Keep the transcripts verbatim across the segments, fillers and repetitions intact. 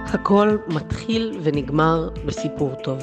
הכל מתחיל ונגמר בסיפור טוב.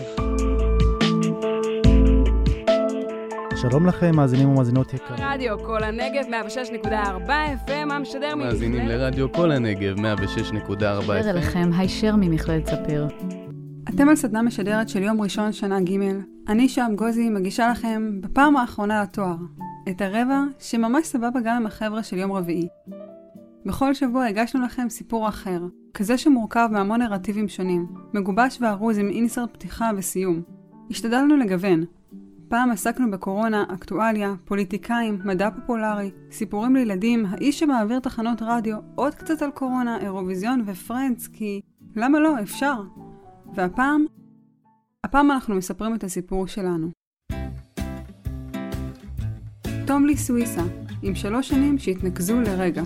שלום לכם, מאזינים ומאזינות יקר. רדיו כל הנגב מאה ושש נקודה ארבע אף אם, המשדר ממכללת... מאזינים לרדיו כל הנגב מאה ושש נקודה ארבע אף אם. לכם, הישר ממכללת ספיר. אתם על סדנה משדרת של יום ראשון שנה ג'. אני שם גוזי מגישה לכם בפעם האחרונה לתואר את הרבע שממש סבבה גם עם החבר'ה של יום רביעי. בכל שבוע הגשנו לכם סיפור אחר, כזה שמורכב מהמון נרטיבים שונים, מגובש וארוז עם אינסרט פתיחה וסיום. השתדלנו לגוון. פעם עסקנו בקורונה, אקטואליה, פוליטיקאים, מדע פופולרי, סיפורים לילדים, האיש שמעביר תחנות רדיו, עוד קצת על קורונה, אירוויזיון ופרנדס, כי למה לא? אפשר. והפעם, הפעם אנחנו מספרים את הסיפור שלנו. תום לי סוויסה, עם שלוש שנים שהתנקזו לרגע.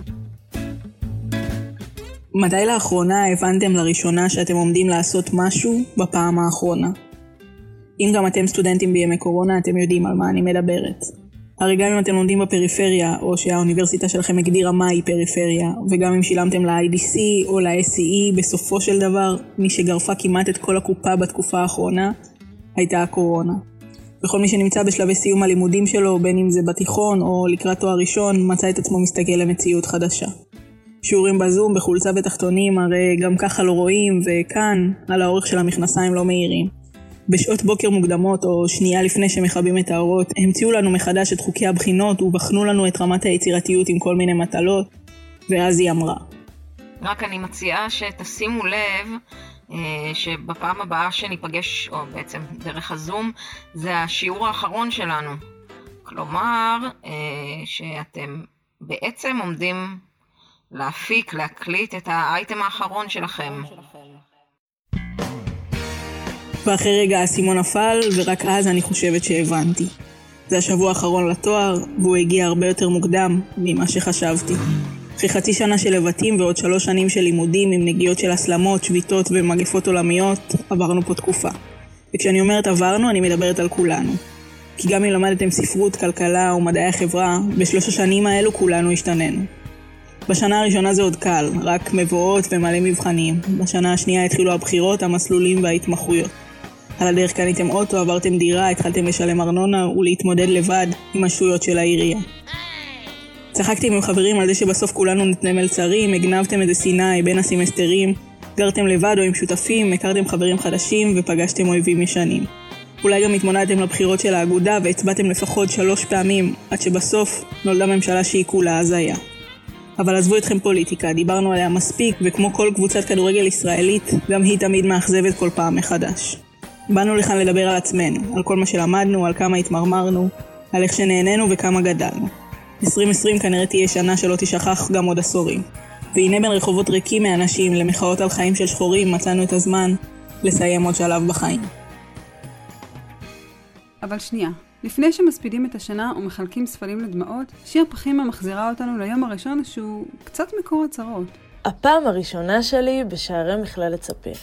מתי לאחרונה הבנתם לראשונה שאתם עומדים לעשות משהו בפעם האחרונה? אם גם אתם סטודנטים בימי קורונה, אתם יודעים על מה אני מדברת. הרי גם אם אתם לומדים בפריפריה, או שהאוניברסיטה שלכם הגדירה מהי פריפריה, וגם אם שילמתם ל-איי די סי או ל-אס סי אי, בסופו של דבר, מי שגרפה כמעט את כל הקופה בתקופה האחרונה, הייתה הקורונה. וכל מי שנמצא בשלבי סיום הלימודים שלו, בין אם זה בתיכון או לקראת תואר ראשון, מצא את עצמו מסתכל למציאות חדשה. שיעורים בזום, בחולצה ותחתונים, הרי גם ככה לא רואים, וכאן, על האורך של המכנסיים לא מהירים. בשעות בוקר מוקדמות או שנייה לפני שמחבים את האורות, המציאו לנו מחדש את חוקי הבחינות ובחנו לנו את רמת היצירתיות עם כל מיני מטלות, ואז היא אמרה. רק אני מציעה שתשימו לב שבפעם הבאה שניפגש, או בעצם דרך הזום, זה השיעור האחרון שלנו. כלומר, שאתם בעצם עומדים להפיק, להקליט את האייטם האחרון שלכם. ואחרי רגע הסימון נפל, ורק אז אני חושבת שהבנתי. זה השבוע האחרון לתואר, והוא הגיע הרבה יותר מוקדם ממה שחשבתי. אחרי חצי שנה של לבטים ועוד שלוש שנים של לימודים עם נגיעות של הסלמות, שביתות ומגפות עולמיות, עברנו פה תקופה. וכשאני אומרת עברנו, אני מדברת על כולנו. כי גם אם למדתם ספרות, כלכלה או מדעי החברה, בשלוש השנים האלו כולנו השתננו. בשנה הראשונה זה עוד קל, רק מבואות ומלא מבחנים. בשנה השנייה התחילו הבחירות, המסלולים וההתמחויות. על הדרך קניתם אוטו, עברתם דירה, התחלתם לשלם ארנונה ולהתמודד לבד עם השטויות של העירייה. צחקתם עם חברים על זה שבסוף כולנו נתנה מלצרים, הגנבתם איזה סיני בין הסמסטרים, גרתם לבד או עם שותפים, הכרתם חברים חדשים ופגשתם אויבים ישנים. אולי גם התמודדתם לבחירות של האגודה והצבעתם לפחות שלוש פעמים, עד שבסוף נולדה ממשלה שהיא כולה הזיה. אבל עזבו אתכם פוליטיקה, דיברנו עליה מספיק, וכמו כל קבוצת כדורגל ישראלית, גם היא תמיד מאכזבת כל פעם מחדש. באנו לכאן לדבר על עצמנו, על כל מה שלמדנו, על כמה התמרמרנו, על איך שנהנינו וכמה גדלנו. עשרים עשרים כנראה תהיה שנה שלא תשכח גם עוד עשורים. והנה בין רחובות ריקים מאנשים למחאות על חיים של שחורים, מצאנו את הזמן לסיים עוד שלב בחיים. אבל שנייה. לפני שמספידים את השנה ומחלקים ספלים לדמעות, שיר פחימה מחזירה אותנו ליום הראשון שהוא קצת מקור הצרות. הפעם הראשונה שלי בשערי מכללת ספיר.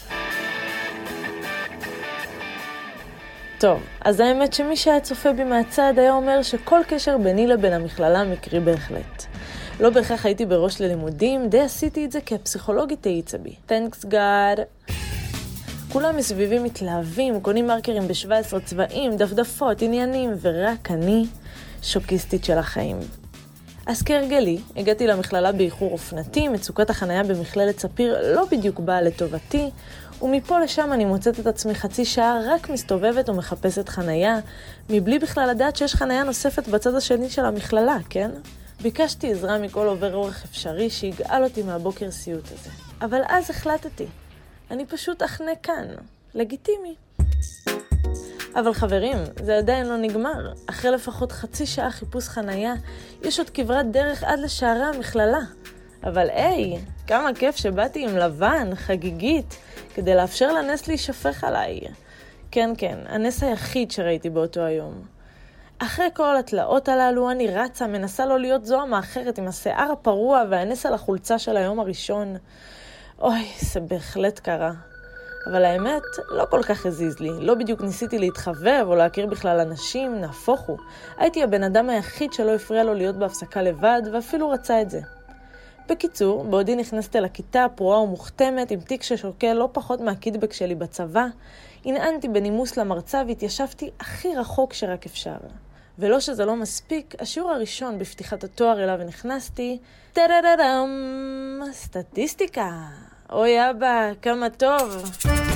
טוב, אז האמת שמי שהיה צופה בי מהצד היה אומר שכל קשר ביני לבין המכללה מקרי בהחלט. לא בהכרח הייתי בראש ללימודים, די עשיתי את זה כי הפסיכולוגית תאיצה בי. Thanks God. כולם מסביבים מתלהבים, קונים מרקרים ב-שבע עשרה צבעים, דפדפות, עניינים, ורק אני שוקיסטית של החיים. אז כהרגלי, הגעתי למכללה באיחור אופנתי, מצוקת החנייה במכללת ספיר לא בדיוק באה לטובתי, ומפה לשם אני מוצאת את עצמי חצי שעה רק מסתובבת ומחפשת חנייה, מבלי בכלל לדעת שיש חנייה נוספת בצד השני של המכללה, כן? ביקשתי עזרה מכל עובר אורח אפשרי שיגאל אותי מהבוקר סיוט הזה. אבל אז החלטתי. אני פשוט אחנה כאן. לגיטימי. אבל חברים, זה עדיין לא נגמר. אחרי לפחות חצי שעה חיפוש חנייה, יש עוד כברת דרך עד לשערי המכללה. אבל היי, כמה כיף שבאתי עם לבן, חגיגית, כדי לאפשר לנס להישפך עליי. כן, כן, הנס היחיד שראיתי באותו היום. אחרי כל התלאות הללו, אני רצה, מנסה לא להיות זו המאחרת עם השיער הפרוע והנס על החולצה של היום הראשון. אוי, זה בהחלט קרה. אבל האמת, לא כל כך הזיז לי. לא בדיוק ניסיתי להתחבב או להכיר בכלל אנשים, נהפוך הוא. הייתי הבן אדם היחיד שלא הפריע לו להיות בהפסקה לבד, ואפילו רצה את זה. בקיצור, בעודי נכנסתי לכיתה פרועה ומוכתמת עם תיק ששוקל לא פחות מהקידבק שלי בצבא, הנענתי בנימוס למרצה והתיישבתי הכי רחוק שרק אפשר. ולא שזה לא מספיק, השיעור הראשון בפתיחת התואר אליו ונכנסתי, טרררם, סטטיסטיקה. אוי אבא, כמה טוב.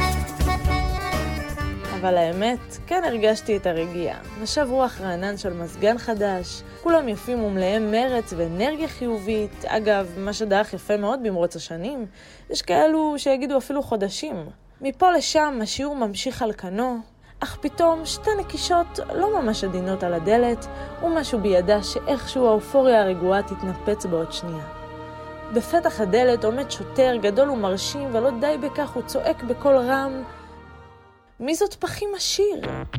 אבל האמת, כן הרגשתי את הרגיעה. נשב רוח רענן של מזגן חדש, כולם יפים ומלאים מרץ ואנרגיה חיובית. אגב, מה שדרך יפה מאוד במרוץ השנים, יש כאלו שיגידו אפילו חודשים. מפה לשם השיעור ממשיך על כנו, אך פתאום שתי נקישות לא ממש עדינות על הדלת, ומשהו בידה שאיכשהו האופוריה הרגועה תתנפץ בעוד שנייה. בפתח הדלת עומד שוטר גדול ומרשים, ולא די בכך הוא צועק בקול רם, מי זאת פחי משיר?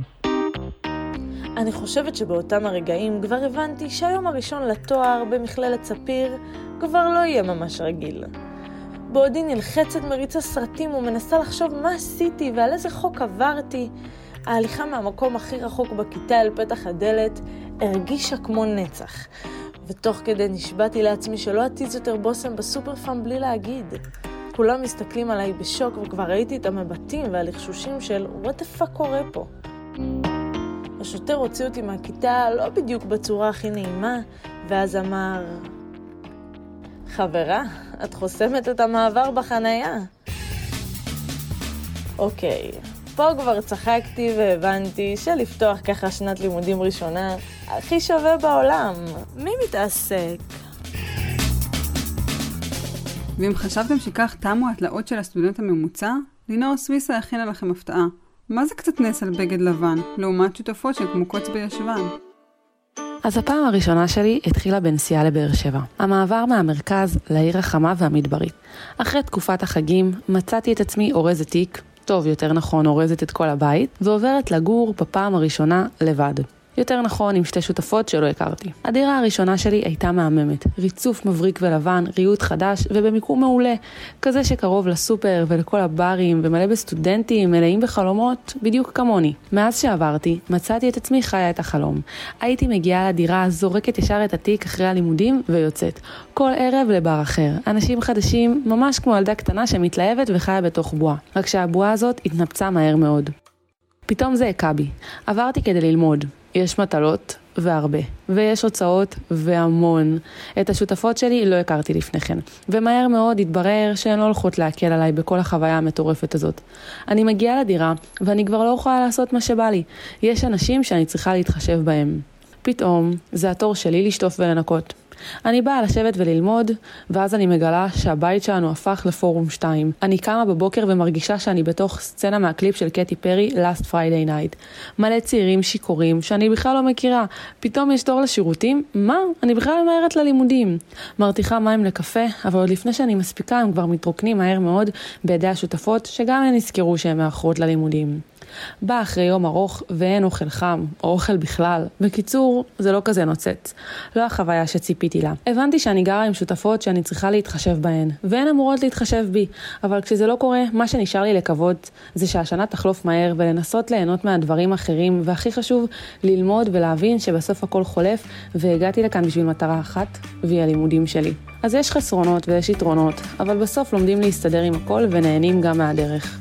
אני חושבת שבאותם הרגעים כבר הבנתי שהיום הראשון לתואר במכללת ספיר כבר לא יהיה ממש רגיל. בעודי נלחצת מריצה סרטים ומנסה לחשוב מה עשיתי ועל איזה חוק עברתי, ההליכה מהמקום הכי רחוק בכיתה אל פתח הדלת הרגישה כמו נצח, ותוך כדי נשבעתי לעצמי שלא עתיז יותר בוסם בסופר פארם בלי להגיד. כולם מסתכלים עליי בשוק, וכבר ראיתי את המבטים והלחשושים של what the fuck קורה פה. השוטר הוציא אותי מהכיתה לא בדיוק בצורה הכי נעימה, ואז אמר, חברה, את חוסמת את המעבר בחנייה. אוקיי, פה כבר צחקתי והבנתי שלפתוח ככה שנת לימודים ראשונה הכי שווה בעולם. מי מתעסק? ואם חשבתם שכך תמו התלאות של הסטודנט הממוצע, לינור סוויסה הכינה לכם הפתעה. מה זה קצת נס על בגד לבן, לעומת שותפות של כמו קוץ בישבן? אז הפעם הראשונה שלי התחילה בנסיעה לבאר שבע. המעבר מהמרכז לעיר החמה והמדברית. אחרי תקופת החגים מצאתי את עצמי אורזת תיק, טוב יותר נכון אורזת את כל הבית, ועוברת לגור בפעם הראשונה לבד. יותר נכון עם שתי שותפות שלא הכרתי. הדירה הראשונה שלי הייתה מהממת, ריצוף מבריק ולבן, ריהוט חדש ובמיקום מעולה, כזה שקרוב לסופר ולכל הברים ומלא בסטודנטים מלאים בחלומות בדיוק כמוני. מאז שעברתי מצאתי את עצמי חיה את החלום. הייתי מגיעה לדירה, זורקת ישר את התיק אחרי הלימודים ויוצאת. כל ערב לבר אחר. אנשים חדשים ממש כמו ילדה קטנה שמתלהבת וחיה בתוך בועה. רק שהבועה הזאת התנפצה מהר מאוד. פתאום זה הקה בי. עברתי כדי ללמוד. יש מטלות והרבה, ויש הוצאות והמון. את השותפות שלי לא הכרתי לפני כן, ומהר מאוד התברר שהן לא הולכות להקל עליי בכל החוויה המטורפת הזאת. אני מגיעה לדירה, ואני כבר לא יכולה לעשות מה שבא לי. יש אנשים שאני צריכה להתחשב בהם. פתאום זה התור שלי לשטוף ולנקות. אני באה לשבת וללמוד, ואז אני מגלה שהבית שלנו הפך לפורום שתיים. אני קמה בבוקר ומרגישה שאני בתוך סצנה מהקליפ של קטי פרי, Last Friday Night. מלא צעירים שיקורים שאני בכלל לא מכירה. פתאום יש תור לשירותים? מה? אני בכלל ממהרת ללימודים. מרתיחה מים לקפה, אבל עוד לפני שאני מספיקה הם כבר מתרוקנים מהר מאוד בידי השותפות, שגם הן נזכרו שהן מאחרות ללימודים. בא אחרי יום ארוך ואין אוכל חם, או אוכל בכלל. בקיצור, זה לא כזה נוצץ. לא החוויה שציפיתי לה. הבנתי שאני גרה עם שותפות שאני צריכה להתחשב בהן, והן אמורות להתחשב בי. אבל כשזה לא קורה, מה שנשאר לי לקוות זה שהשנה תחלוף מהר ולנסות ליהנות מהדברים אחרים, והכי חשוב, ללמוד ולהבין שבסוף הכל חולף, והגעתי לכאן בשביל מטרה אחת, והיא הלימודים שלי. אז יש חסרונות ויש יתרונות, אבל בסוף לומדים להסתדר עם הכל ונהנים גם מהדרך.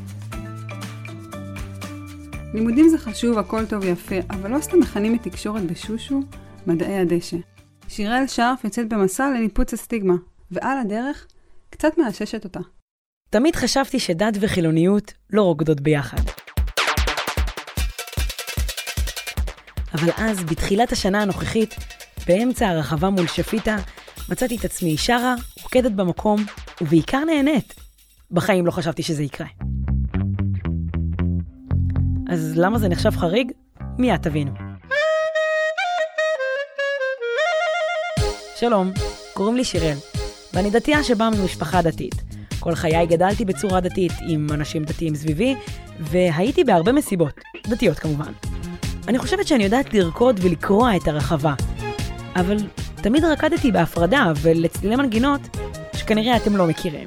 לימודים זה חשוב, הכל טוב ויפה, אבל לא סתם מכנים את תקשורת בשושו, מדעי הדשא. שיראל שרף יוצאת במסע לניפוץ הסטיגמה, ועל הדרך קצת מאששת אותה. תמיד חשבתי שדת וחילוניות לא רוקדות ביחד. אבל אז, בתחילת השנה הנוכחית, באמצע הרחבה מול שפיטה, מצאתי את עצמי שרה, רוקדת במקום, ובעיקר נהנית. בחיים לא חשבתי שזה יקרה. אז למה זה נחשב חריג? מיד תבינו. שלום, קוראים לי שיראל, ואני דתייה שבאה ממשפחה דתית. כל חיי גדלתי בצורה דתית עם אנשים דתיים סביבי, והייתי בהרבה מסיבות, דתיות כמובן. אני חושבת שאני יודעת לרקוד ולקרוע את הרחבה, אבל תמיד רקדתי בהפרדה ולצלילי מנגינות שכנראה אתם לא מכירים.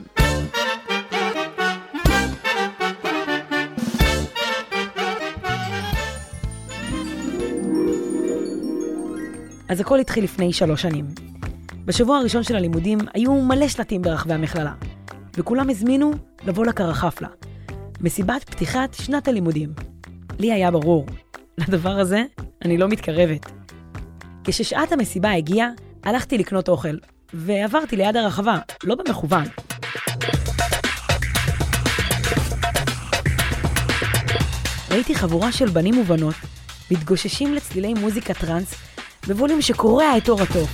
אז הכל התחיל לפני שלוש שנים. בשבוע הראשון של הלימודים היו מלא שלטים ברחבי המכללה, וכולם הזמינו לבוא לקרחפלה, מסיבת פתיחת שנת הלימודים. לי היה ברור, לדבר הזה אני לא מתקרבת. כששעת המסיבה הגיעה, הלכתי לקנות אוכל, ועברתי ליד הרחבה, לא במכוון. ראיתי חבורה של בנים ובנות, מתגוששים לצלילי מוזיקה טרנס, בווליום שקורע את אור התוף.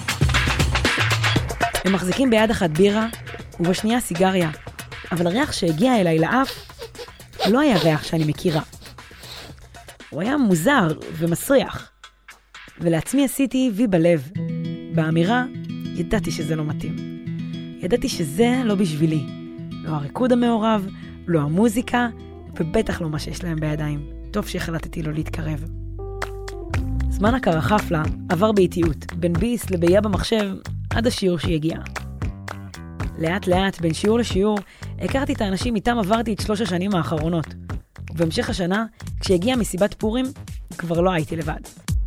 הם מחזיקים ביד אחת בירה, ובשנייה סיגריה, אבל הריח שהגיע אליי לאף, לא היה ריח שאני מכירה. הוא היה מוזר ומסריח, ולעצמי עשיתי וי בלב. באמירה, ידעתי שזה לא מתאים. ידעתי שזה לא בשבילי. לא הריקוד המעורב, לא המוזיקה, ובטח לא מה שיש להם בידיים. טוב שהחלטתי לא להתקרב. זמן הקרחפלה עבר באיטיות, בין ביס לבייה במחשב, עד השיעור שהגיע. לאט לאט, בין שיעור לשיעור, הכרתי את האנשים איתם עברתי את שלוש השנים האחרונות. ובהמשך השנה, כשהגיעה מסיבת פורים, כבר לא הייתי לבד.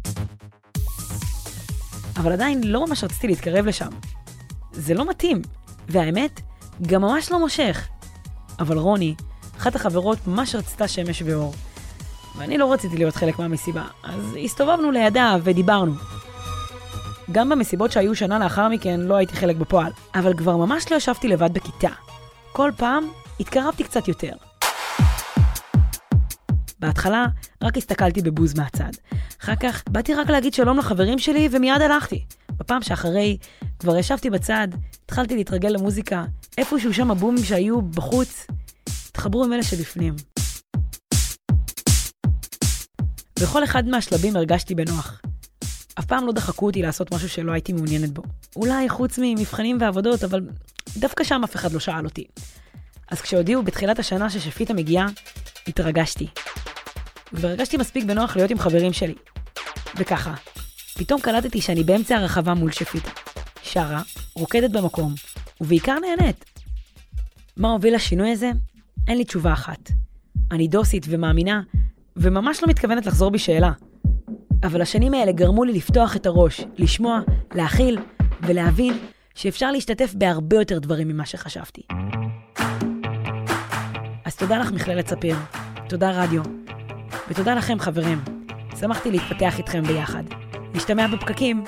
אבל עדיין לא ממש רציתי להתקרב לשם. זה לא מתאים, והאמת, גם ממש לא מושך. אבל רוני, אחת החברות ממש רצתה שמש ואור. ואני לא רציתי להיות חלק מהמסיבה, אז הסתובבנו לידה ודיברנו. גם במסיבות שהיו שנה לאחר מכן לא הייתי חלק בפועל, אבל כבר ממש לא ישבתי לבד בכיתה. כל פעם התקרבתי קצת יותר. בהתחלה רק הסתכלתי בבוז מהצד. אחר כך באתי רק להגיד שלום לחברים שלי ומיד הלכתי. בפעם שאחרי כבר ישבתי בצד, התחלתי להתרגל למוזיקה, איפשהו שם הבומים שהיו בחוץ, התחברו עם אלה שבפנים. בכל אחד מהשלבים הרגשתי בנוח. אף פעם לא דחקו אותי לעשות משהו שלא הייתי מעוניינת בו. אולי חוץ ממבחנים ועבודות, אבל דווקא שם אף אחד לא שאל אותי. אז כשהודיעו בתחילת השנה ששפיטה מגיעה, התרגשתי. והרגשתי מספיק בנוח להיות עם חברים שלי. וככה, פתאום קלטתי שאני באמצע הרחבה מול שפיטה. שרה, רוקדת במקום, ובעיקר נהנית. מה הוביל לשינוי הזה? אין לי תשובה אחת. אני דוסית ומאמינה, וממש לא מתכוונת לחזור בשאלה. אבל השנים האלה גרמו לי לפתוח את הראש, לשמוע, להכיל ולהבין שאפשר להשתתף בהרבה יותר דברים ממה שחשבתי. אז תודה לך מכללת ספיר, תודה רדיו, ותודה לכם חברים. שמחתי להתפתח איתכם ביחד. נשתמע בפקקים.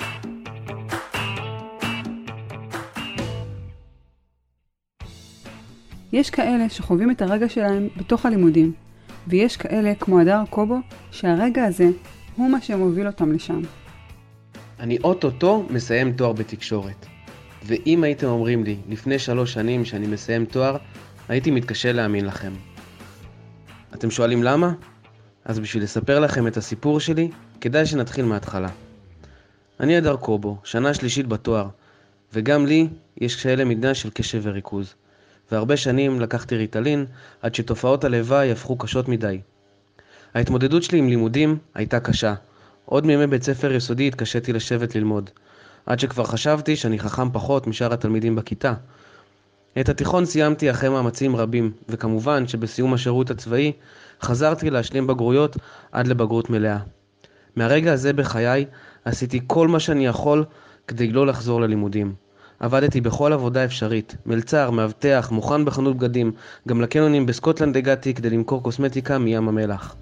יש כאלה שחווים את הרגע שלהם בתוך הלימודים, ויש כאלה כמו הדר קובו שהרגע הזה הוא מה שמוביל אותם לשם. אני אוטוטו מסיים תואר בתקשורת. ואם הייתם אומרים לי לפני שלוש שנים שאני מסיים תואר, הייתי מתקשה להאמין לכם. אתם שואלים למה? אז בשביל לספר לכם את הסיפור שלי, כדאי שנתחיל מההתחלה. אני הדר קובו, שנה שלישית בתואר, וגם לי יש קשיי למידה של קשב וריכוז. והרבה שנים לקחתי ריטלין עד שתופעות הלוואי הפכו קשות מדי. ההתמודדות שלי עם לימודים הייתה קשה. עוד מימי בית ספר יסודי התקשיתי לשבת ללמוד, עד שכבר חשבתי שאני חכם פחות משאר התלמידים בכיתה. את התיכון סיימתי אחרי מאמצים רבים, וכמובן שבסיום השירות הצבאי חזרתי להשלים בגרויות עד לבגרות מלאה. מהרגע הזה בחיי עשיתי כל מה שאני יכול כדי לא לחזור ללימודים. עבדתי בכל עבודה אפשרית, מלצר, מאבטח, מוכן בחנות בגדים, גם לקנונים בסקוטלנד הגעתי כדי למכור קוסמטיקה מים המלח.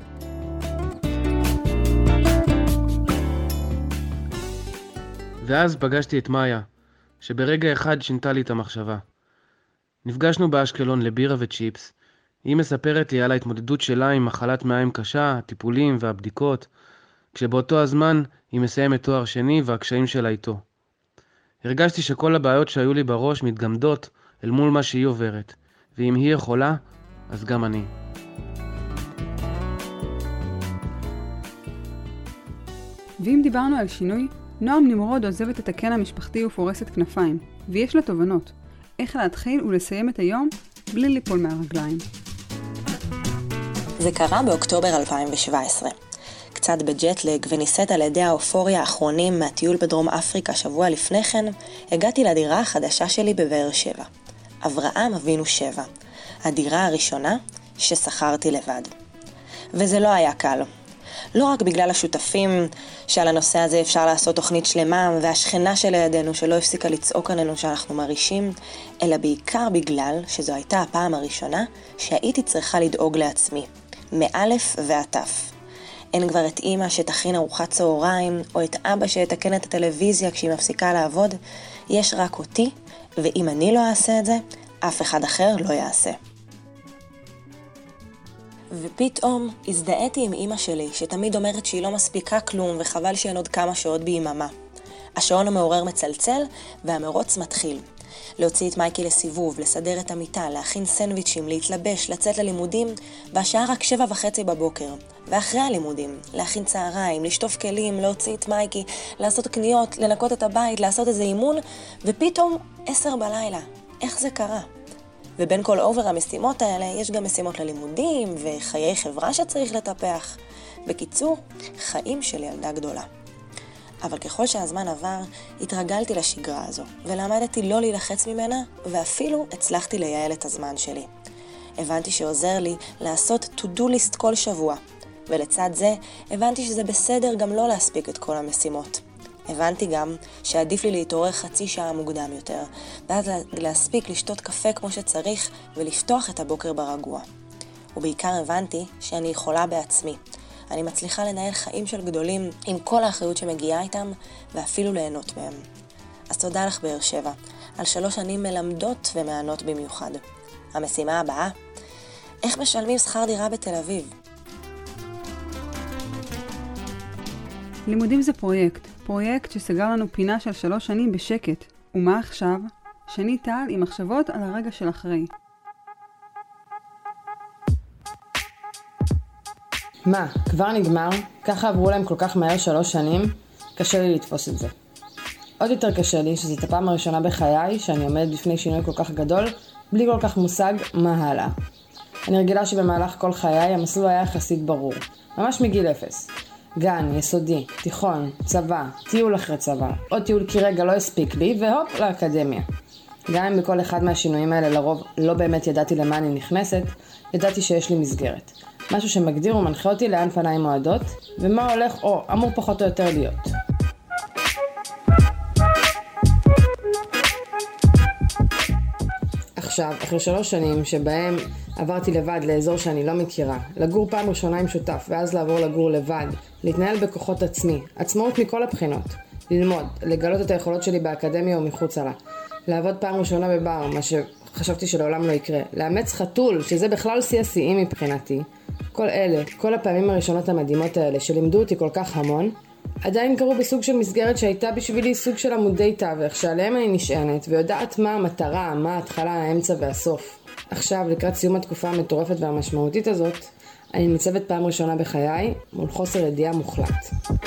ואז פגשתי את מאיה, שברגע אחד שינתה לי את המחשבה. נפגשנו באשקלון לבירה וצ'יפס. היא מספרת לי על ההתמודדות שלה עם מחלת מעיים קשה, הטיפולים והבדיקות, כשבאותו הזמן היא מסיימת תואר שני והקשיים שלה איתו. הרגשתי שכל הבעיות שהיו לי בראש מתגמדות אל מול מה שהיא עוברת, ואם היא יכולה, אז גם אני. ואם דיברנו על שינוי, נועם נמרוד עוזבת את הקן המשפחתי ופורסת כנפיים, ויש לה תובנות. איך להתחיל ולסיים את היום בלי ליפול מהרגליים. זה קרה באוקטובר אלפיים שבע עשרה. קצת בג'טלג וניסית על ידי האופוריה האחרונים מהטיול בדרום אפריקה שבוע לפני כן, הגעתי לדירה החדשה שלי בבאר שבע. אברהם אבינו שבע. הדירה הראשונה ששכרתי לבד. וזה לא היה קל. לא רק בגלל השותפים שעל הנושא הזה אפשר לעשות תוכנית שלמה, והשכנה שלידינו שלא הפסיקה לצעוק עלינו שאנחנו מרישים, אלא בעיקר בגלל שזו הייתה הפעם הראשונה שהייתי צריכה לדאוג לעצמי, מאלף ועד תף. אין כבר את אמא שתכין ארוחת צהריים, או את אבא שיתקן את הטלוויזיה כשהיא מפסיקה לעבוד. יש רק אותי, ואם אני לא אעשה את זה, אף אחד אחר לא יעשה. ופתאום הזדהיתי עם אמא שלי, שתמיד אומרת שהיא לא מספיקה כלום, וחבל שאין עוד כמה שעות ביממה. השעון המעורר מצלצל, והמרוץ מתחיל. להוציא את מייקי לסיבוב, לסדר את המיטה, להכין סנדוויצ'ים, להתלבש, לצאת ללימודים, והשעה רק שבע וחצי בבוקר. ואחרי הלימודים, להכין צהריים, לשטוף כלים, להוציא את מייקי, לעשות קניות, לנקות את הבית, לעשות איזה אימון, ופתאום עשר בלילה. איך זה קרה? ובין כל אובר המשימות האלה יש גם משימות ללימודים וחיי חברה שצריך לטפח. בקיצור, חיים של ילדה גדולה. אבל ככל שהזמן עבר, התרגלתי לשגרה הזו, ולמדתי לא להילחץ ממנה, ואפילו הצלחתי לייעל את הזמן שלי. הבנתי שעוזר לי לעשות to-do list כל שבוע, ולצד זה הבנתי שזה בסדר גם לא להספיק את כל המשימות. הבנתי גם שעדיף לי להתעורר חצי שעה מוקדם יותר, ואז להספיק לשתות קפה כמו שצריך ולפתוח את הבוקר ברגוע. ובעיקר הבנתי שאני יכולה בעצמי. אני מצליחה לנהל חיים של גדולים עם כל האחריות שמגיעה איתם, ואפילו ליהנות מהם. אז תודה לך באר שבע, על שלוש שנים מלמדות ומענות במיוחד. המשימה הבאה, איך משלמים שכר דירה בתל אביב? לימודים זה פרויקט, פרויקט שסגר לנו פינה של שלוש שנים בשקט. ומה עכשיו? שני טל עם מחשבות על הרגע של אחרי. מה, כבר נגמר? ככה עברו להם כל כך מהר שלוש שנים? קשה לי לתפוס את זה. עוד יותר קשה לי שזאת הפעם הראשונה בחיי שאני עומדת בפני שינוי כל כך גדול, בלי כל כך מושג מה הלאה. אני רגילה שבמהלך כל חיי המסלול היה יחסית ברור, ממש מגיל אפס. גן, יסודי, תיכון, צבא, טיול אחרי צבא, עוד טיול כי רגע לא הספיק לי, והופ, לאקדמיה. גם אם בכל אחד מהשינויים האלה לרוב לא באמת ידעתי למה אני נכנסת, ידעתי שיש לי מסגרת. משהו שמגדיר ומנחה אותי לאן פניי מועדות, ומה הולך או אמור פחות או יותר להיות. עכשיו, אחרי שלוש שנים שבהם עברתי לבד לאזור שאני לא מכירה, לגור פעם ראשונה עם שותף ואז לעבור לגור לבד, להתנהל בכוחות עצמי, עצמאות מכל הבחינות, ללמוד, לגלות את היכולות שלי באקדמיה ומחוץ לה, לעבוד פעם ראשונה בבר, מה שחשבתי שלעולם לא יקרה, לאמץ חתול, שזה בכלל שיא השיאים מבחינתי, כל אלה, כל הפעמים הראשונות המדהימות האלה שלימדו אותי כל כך המון, עדיין קרו בסוג של מסגרת שהייתה בשבילי סוג של עמודי תווך שעליהם אני נשענת ויודעת מה המטרה, מה ההתחלה, האמצע והסוף. עכשיו, לקראת סיום התקופה המטורפת והמשמעותית הזאת, אני ניצבת פעם ראשונה בחיי מול חוסר ידיעה מוחלט.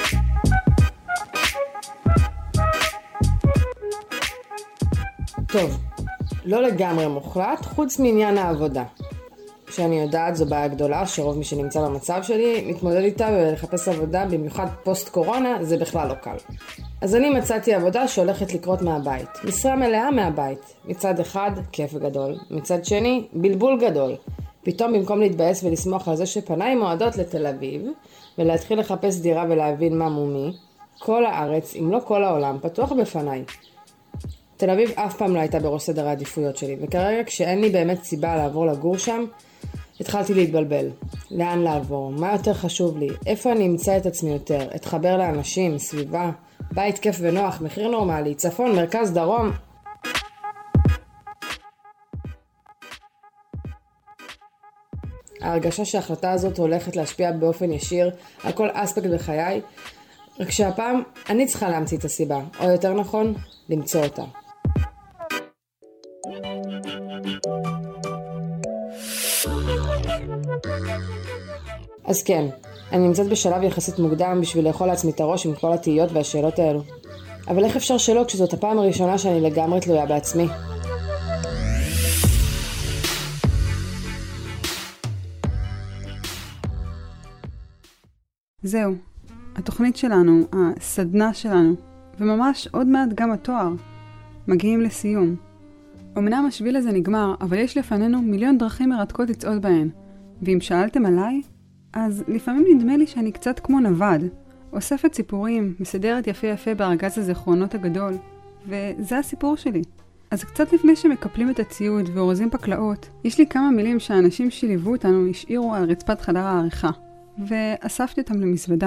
טוב, לא לגמרי מוחלט, חוץ מעניין העבודה. שאני יודעת זו בעיה גדולה שרוב מי שנמצא במצב שלי מתמודד איתה ולחפש עבודה, במיוחד פוסט קורונה, זה בכלל לא קל. אז אני מצאתי עבודה שהולכת לקרות מהבית. משרה מלאה מהבית. מצד אחד, כיף גדול. מצד שני, בלבול גדול. פתאום במקום להתבאס ולשמוח על זה שפניי מועדות לתל אביב, ולהתחיל לחפש דירה ולהבין מה מומי, כל הארץ, אם לא כל העולם, פתוח בפניי. תל אביב אף פעם לא הייתה בראש סדר העדיפויות שלי, וכרגע כשאין לי באמת סיבה לעבור לגור שם, התחלתי להתבלבל. לאן לעבור? מה יותר חשוב לי? איפה אני אמצא את עצמי יותר? אתחבר לאנשים, סביבה, בית כיף ונוח, מחיר נורמלי, צפון, מרכז, דרום. ההרגשה שההחלטה הזאת הולכת להשפיע באופן ישיר על כל אספקט בחיי, רק שהפעם אני צריכה להמציא את הסיבה, או יותר נכון, למצוא אותה. אז כן, אני נמצאת בשלב יחסית מוקדם בשביל לאכול לעצמי את הראש עם כל התהיות והשאלות האלו. אבל איך אפשר שלא כשזאת הפעם הראשונה שאני לגמרי תלויה בעצמי? זהו, התוכנית שלנו, הסדנה שלנו, וממש עוד מעט גם התואר, מגיעים לסיום. אמנם השביל הזה נגמר, אבל יש לפנינו מיליון דרכים מרתקות לצעוד בהן. ואם שאלתם עליי, אז לפעמים נדמה לי שאני קצת כמו נווד, אוספת סיפורים, מסדרת יפה יפה בארגז הזיכרונות הגדול, וזה הסיפור שלי. אז קצת לפני שמקפלים את הציוד ואורזים פקלאות, יש לי כמה מילים שהאנשים שליוו אותנו השאירו על רצפת חדר העריכה, ואספתי אותם למזוודה.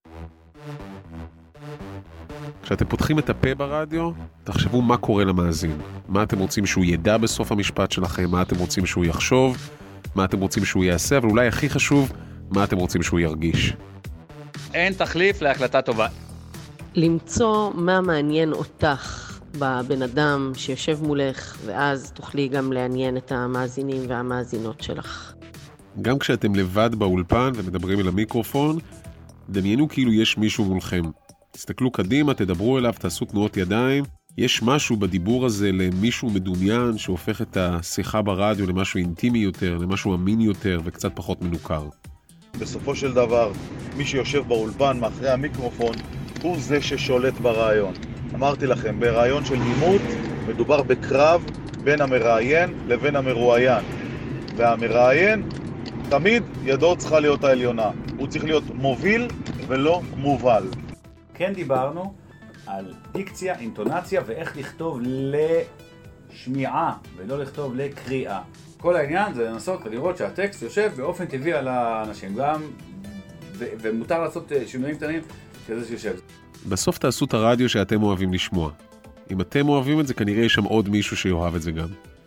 כשאתם פותחים את הפה ברדיו, תחשבו מה קורה למאזין. מה אתם רוצים שהוא ידע בסוף המשפט שלכם, מה אתם רוצים שהוא יחשוב, מה אתם רוצים שהוא יעשה, אבל אולי הכי חשוב, מה אתם רוצים שהוא ירגיש. אין תחליף להחלטה טובה. למצוא מה מעניין אותך בבן אדם שיושב מולך, ואז תוכלי גם לעניין את המאזינים והמאזינות שלך. גם כשאתם לבד באולפן ומדברים אל המיקרופון, דמיינו כאילו יש מישהו מולכם. תסתכלו קדימה, תדברו אליו, תעשו תנועות ידיים. יש משהו בדיבור הזה למישהו מדומיין שהופך את השיחה ברדיו למשהו אינטימי יותר, למשהו אמין יותר וקצת פחות מנוכר. בסופו של דבר, מי שיושב באולפן מאחרי המיקרופון הוא זה ששולט ברעיון. אמרתי לכם, ברעיון של עימות מדובר בקרב בין המראיין לבין המרואיין. והמראיין תמיד ידו צריכה להיות העליונה. הוא צריך להיות מוביל ולא מובל. כן דיברנו על דיקציה, אינטונציה ואיך לכתוב לשמיעה ולא לכתוב לקריאה. כל העניין זה לנסות ולראות שהטקסט יושב באופן טבעי על האנשים גם, ו- ומותר לעשות שינויים קטנים כזה שיושב. בסוף תעשו את הרדיו שאתם אוהבים לשמוע. אם אתם אוהבים את זה, כנראה יש שם עוד מישהו שיאהב את זה גם.